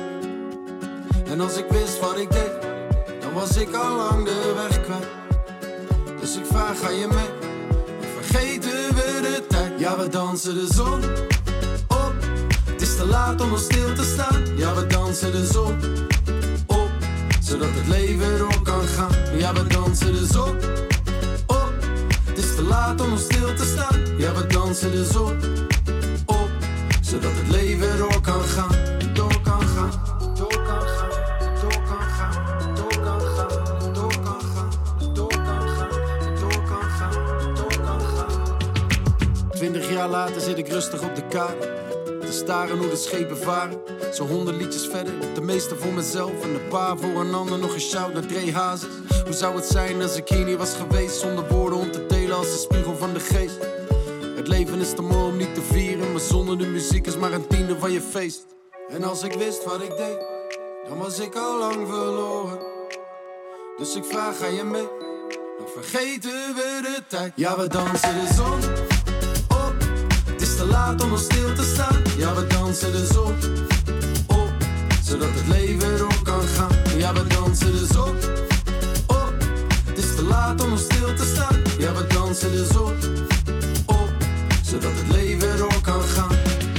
En als ik wist wat ik deed, dan was ik al lang de weg kwijt. Dus ik vraag, ga je mee? Vergeten we de tijd? Ja, we dansen de zon op. Het is te laat om nog stil te staan. Ja, we dansen de zon op, zodat het leven door kan gaan. Ja, we dansen de zon op. Het is te laat om nog stil te staan. Ja, we dansen de zon op, zodat het leven door kan gaan. Door kan gaan, door kan gaan, door kan gaan, door kan gaan, door kan gaan, door kan gaan, door kan gaan, door kan gaan. 20 jaar later zit ik rustig op de kade te staren hoe de schepen varen. Zo'n 100 liedjes verder, de meeste voor mezelf en een paar voor een ander. Nog een shout naar Dre Hazes. Hoe zou het zijn als ik hier niet was geweest, zonder woorden om te delen als de spiegel van de geest. Het leven is te mooi om niet te vieren, maar zonder de muziek is maar een tiende van je feest. En als ik wist wat ik deed, dan was ik al lang verloren. Dus ik vraag, ga je mee? Dan vergeten we de tijd. Ja, we dansen de zon op. Het is te laat om nog stil te staan. Ja, we dansen de zon op, zodat het leven door kan gaan. Ja, we dansen de zon op. Het is te laat om nog stil te staan. Ja, we dansen de zon op, zodat het leven door kan gaan.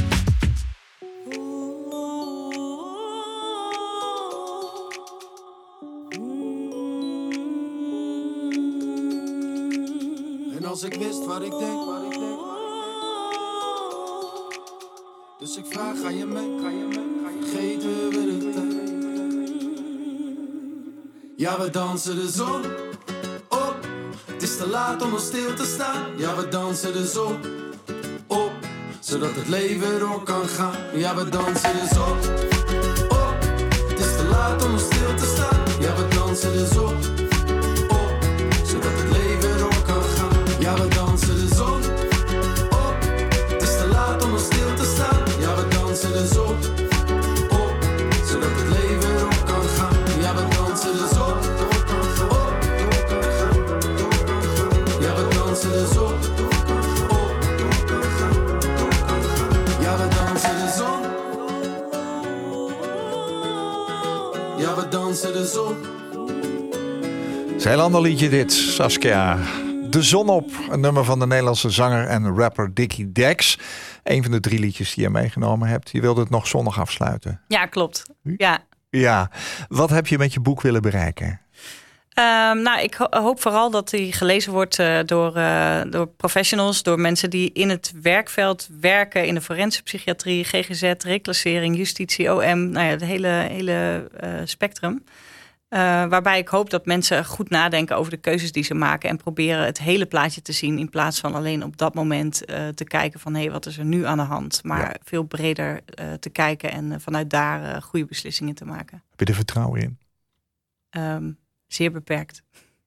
En als ik wist wat ik deed, dus ik vraag, ga je mee, ga je mee, vergeten we de tijd? Ja, we dansen de zon op. Het is te laat om nog stil te staan. Ja, we dansen de zon op, zodat het leven door kan gaan. Ja, we dansen de zon op. laat om nog stil te staan. Ja, we dansen de zon op, zodat het leven door kan gaan. Ja, we dansen de zon op, het is te laat om nog stil te staan. Ja, we dansen de zon op, zodat het leven door kan gaan. Ja, we dansen de zon op, ja, we dansen de zon op, ja, we dansen de zon. Ja, we dansen de zon. Het is een heel ander liedje dit, Saskia. De zon op, een nummer van de Nederlandse zanger en rapper Dickie Dex. Een van de 3 liedjes die je meegenomen hebt. Je wilde het nog zonnig afsluiten. Ja, klopt. Ja. Ja, wat heb je met je boek willen bereiken? Ik hoop vooral dat die gelezen wordt door professionals, door mensen die in het werkveld werken, in de forensische psychiatrie, GGZ, reclassering, justitie, OM, nou ja, het hele spectrum. Waarbij ik hoop dat mensen goed nadenken over de keuzes die ze maken en proberen het hele plaatje te zien in plaats van alleen op dat moment te kijken van hé, wat is er nu aan de hand? Maar veel breder te kijken en vanuit daar goede beslissingen te maken. Heb je er vertrouwen in? Zeer beperkt.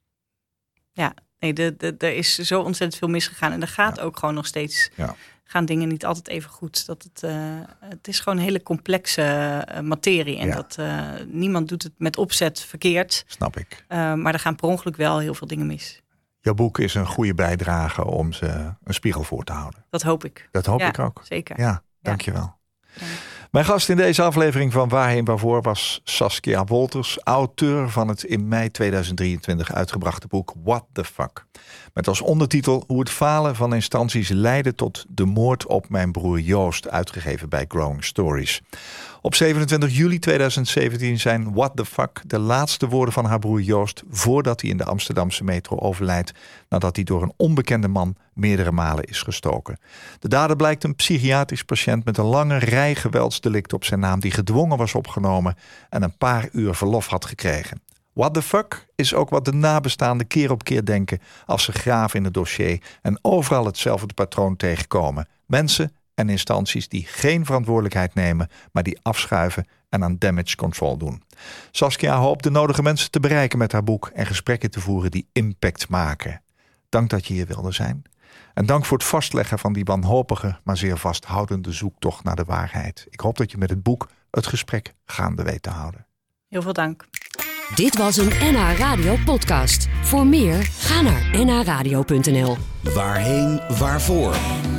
Ja, nee, er is zo ontzettend veel misgegaan. En er gaat ook gewoon nog steeds... gaan dingen niet altijd even goed. Het is gewoon een hele complexe materie. En dat niemand doet het met opzet verkeerd. Snap ik. Maar er gaan per ongeluk wel heel veel dingen mis. Jouw boek is een goede bijdrage om ze een spiegel voor te houden. Dat hoop ik. Dat hoop ik ook. Zeker. Ja, dankjewel. Ja. Mijn gast in deze aflevering van Waarheen Waarvoor was Saskia Wolters, auteur van het in mei 2023 uitgebrachte boek What the Fuck. Met als ondertitel Hoe het falen van instanties leidde tot de moord op mijn broer Joost, uitgegeven bij Growing Stories. Op 27 juli 2017 zijn What the Fuck de laatste woorden van haar broer Joost voordat hij in de Amsterdamse metro overlijdt nadat hij door een onbekende man meerdere malen is gestoken. De dader blijkt een psychiatrisch patiënt met een lange rij geweldsdelicten op zijn naam die gedwongen was opgenomen en een paar uur verlof had gekregen. What the fuck is ook wat de nabestaanden keer op keer denken als ze graven in het dossier en overal hetzelfde patroon tegenkomen. Mensen en instanties die geen verantwoordelijkheid nemen, maar die afschuiven en aan damage control doen. Saskia hoopt de nodige mensen te bereiken met haar boek en gesprekken te voeren die impact maken. Dank dat je hier wilde zijn. En dank voor het vastleggen van die wanhopige, maar zeer vasthoudende zoektocht naar de waarheid. Ik hoop dat je met het boek het gesprek gaande weet te houden. Heel veel dank. Dit was een NH Radio podcast. Voor meer, ga naar nhradio.nl. Waarheen Waarvoor.